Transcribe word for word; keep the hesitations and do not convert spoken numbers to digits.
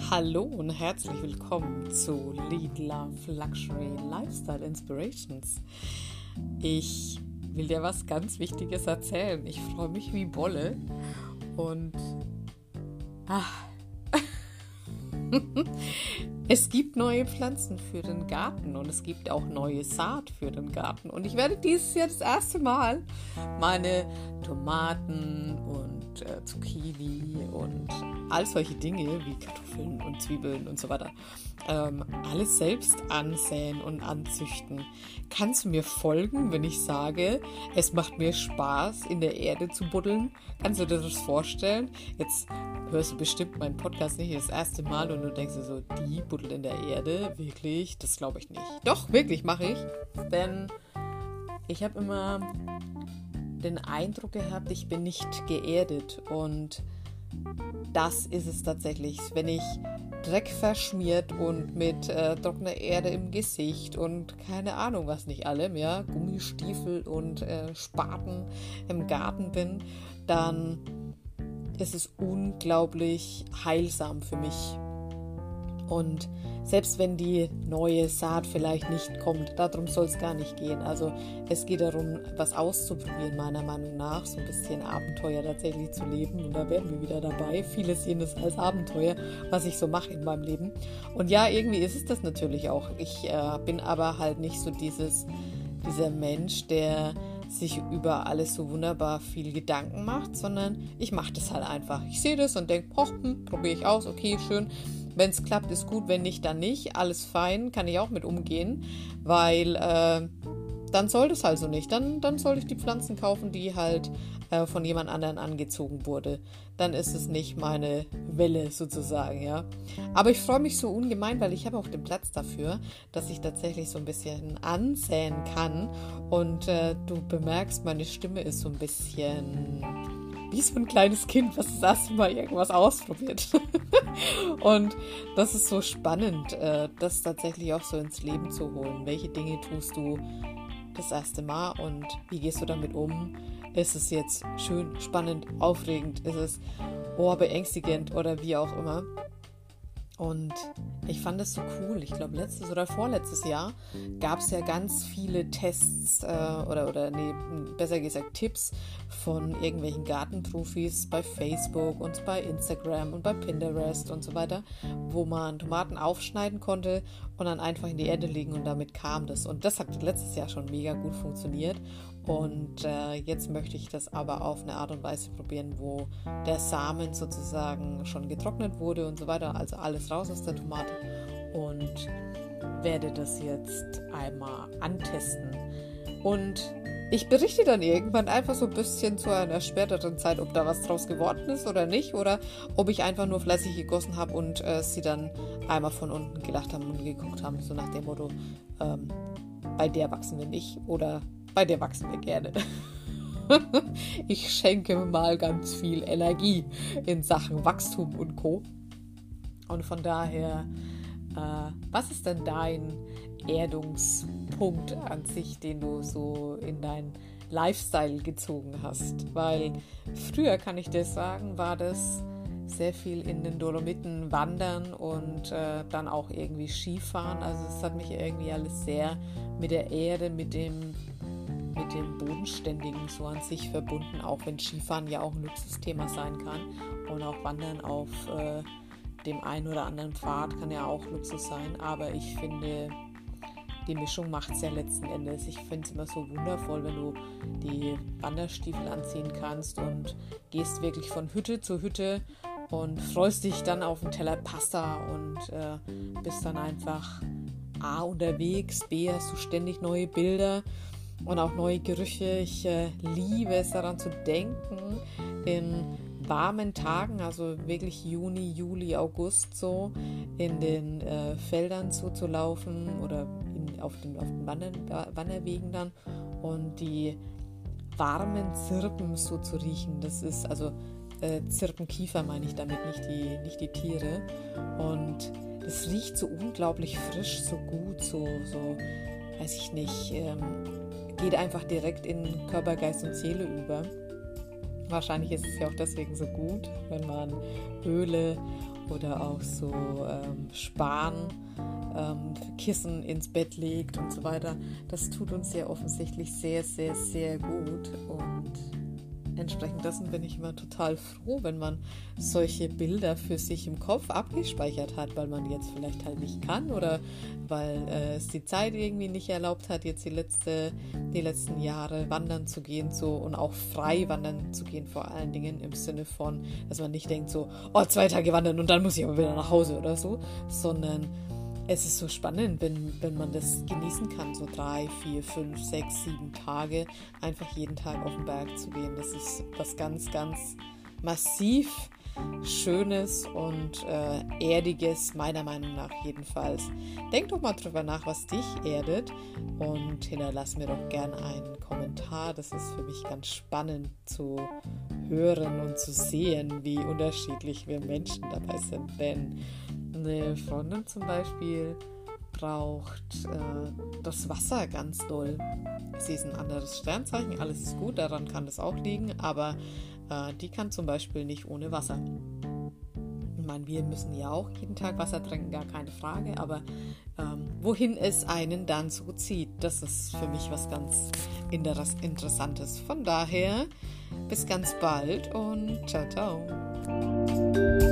Hallo und herzlich willkommen zu Lead Love Luxury Lifestyle Inspirations. Ich will dir was ganz Wichtiges erzählen. Ich freue mich wie Bolle und ach, es gibt neue Pflanzen für den Garten und es gibt auch neue Saat für den Garten. Und ich werde dieses Jahr das erste Mal meine Tomaten und äh, Zucchini und all solche Dinge wie Kartoffeln und Zwiebeln und so weiter ähm, alles selbst ansäen und anzüchten. Kannst du mir folgen, wenn ich sage, es macht mir Spaß, in der Erde zu buddeln? Kannst du dir das vorstellen? Jetzt hörst du bestimmt meinen Podcast nicht das erste Mal und du denkst dir so, die buddelt in der Erde? Wirklich? Das glaube ich nicht. Doch, wirklich mache ich. Denn ich habe immer den Eindruck gehabt, ich bin nicht geerdet. Und das ist es tatsächlich. Wenn ich Dreck verschmiert und mit äh, trockener Erde im Gesicht und keine Ahnung was nicht allem, ja, Gummistiefel und äh, Spaten im Garten bin, dann ist es unglaublich heilsam für mich. Und selbst wenn die neue Saat vielleicht nicht kommt, darum soll es gar nicht gehen. Also es geht darum, was auszuprobieren, meiner Meinung nach, so ein bisschen Abenteuer tatsächlich zu leben. Und da werden wir wieder dabei. Viele sehen es als Abenteuer, was ich so mache in meinem Leben. Und ja, irgendwie ist es das natürlich auch. Ich äh, bin aber halt nicht so dieses, dieser Mensch, der sich über alles so wunderbar viel Gedanken macht, sondern ich mache das halt einfach. Ich sehe das und denke, hoch, hm, probiere ich aus, okay, schön. Wenn es klappt, ist gut, wenn nicht, dann nicht. Alles fein, kann ich auch mit umgehen, weil äh, dann soll das halt so nicht. Dann, dann soll ich die Pflanzen kaufen, die halt äh, von jemand anderen angezogen wurde. Dann ist es nicht meine Welle sozusagen, ja. Aber ich freue mich so ungemein, weil ich habe auch den Platz dafür, dass ich tatsächlich so ein bisschen ansäen kann. Und äh, du bemerkst, meine Stimme ist so ein bisschen wie so ein kleines Kind, was das erste Mal irgendwas ausprobiert. Und das ist so spannend, das tatsächlich auch so ins Leben zu holen. Welche Dinge tust du das erste Mal und wie gehst du damit um? Ist es jetzt schön, spannend, aufregend? Ist es oh, beängstigend oder wie auch immer? Und ich fand es so cool. Ich glaube, letztes oder vorletztes Jahr gab es ja ganz viele Tests äh, oder, oder nee, besser gesagt Tipps von irgendwelchen Gartenprofis bei Facebook und bei Instagram und bei Pinterest und so weiter, wo man Tomaten aufschneiden konnte und dann einfach in die Erde legen und damit kam das. Und das hat letztes Jahr schon mega gut funktioniert. Und äh, jetzt möchte ich das aber auf eine Art und Weise probieren, wo der Samen sozusagen schon getrocknet wurde und so weiter, also alles raus aus der Tomate, und werde das jetzt einmal antesten. Und ich berichte dann irgendwann einfach so ein bisschen zu einer späteren Zeit, ob da was draus geworden ist oder nicht, oder ob ich einfach nur fleißig gegossen habe und äh, sie dann einmal von unten gelacht haben und geguckt haben, so nach dem Motto, ähm, bei der wachsen wir nicht oder bei der wachsen wir gerne. Ich schenke mal ganz viel Energie in Sachen Wachstum und Co. Und von daher, äh, was ist denn dein Erdungspunkt an sich, den du so in deinen Lifestyle gezogen hast? Weil früher, kann ich dir sagen, war das sehr viel in den Dolomiten wandern und äh, dann auch irgendwie Skifahren. Also es hat mich irgendwie alles sehr mit der Erde, mit dem mit dem Bodenständigen so an sich verbunden, auch wenn Skifahren ja auch ein Luxusthema sein kann und auch Wandern auf äh, dem einen oder anderen Pfad kann ja auch Luxus sein, aber ich finde, die Mischung macht es ja letzten Endes. Ich finde es immer so wundervoll, wenn du die Wanderstiefel anziehen kannst und gehst wirklich von Hütte zu Hütte und freust dich dann auf einen Teller Pasta und äh, bist dann einfach A, unterwegs, B, hast du ständig neue Bilder und auch neue Gerüche. Ich äh, liebe es, daran zu denken, in warmen Tagen, also wirklich Juni, Juli, August so, in den äh, Feldern so zu laufen oder in, auf den, auf den Wandern, Wanderwegen dann und die warmen Zirpen so zu riechen. Das ist also äh, Zirpenkiefer meine ich damit, nicht die, nicht die Tiere. Und es riecht so unglaublich frisch, so gut, so, so weiß ich nicht, ähm, geht einfach direkt in Körper, Geist und Seele über. Wahrscheinlich ist es ja auch deswegen so gut, wenn man Öle oder auch so ähm, Span, ähm, Kissen ins Bett legt und so weiter. Das tut uns ja offensichtlich sehr, sehr, sehr gut und entsprechend dessen bin ich immer total froh, wenn man solche Bilder für sich im Kopf abgespeichert hat, weil man jetzt vielleicht halt nicht kann oder weil äh, es die Zeit irgendwie nicht erlaubt hat, jetzt die, letzte, die letzten Jahre wandern zu gehen so und auch frei wandern zu gehen, vor allen Dingen im Sinne von, dass man nicht denkt so, oh, zwei Tage wandern und dann muss ich aber wieder nach Hause oder so, sondern es ist so spannend, wenn, wenn man das genießen kann, so drei, vier, fünf, sechs, sieben Tage, einfach jeden Tag auf den Berg zu gehen. Das ist was ganz, ganz massiv Schönes und äh, Erdiges, meiner Meinung nach jedenfalls. Denk doch mal drüber nach, was dich erdet und hinterlass mir doch gerne einen Kommentar. Das ist für mich ganz spannend zu hören und zu sehen, wie unterschiedlich wir Menschen dabei sind, denn eine Freundin zum Beispiel braucht äh, das Wasser ganz doll. Sie ist ein anderes Sternzeichen, alles ist gut, daran kann das auch liegen, aber äh, die kann zum Beispiel nicht ohne Wasser. Ich meine, wir müssen ja auch jeden Tag Wasser trinken, gar keine Frage, aber ähm, wohin es einen dann so zieht, das ist für mich was ganz Interessantes. Von daher, bis ganz bald und ciao, ciao.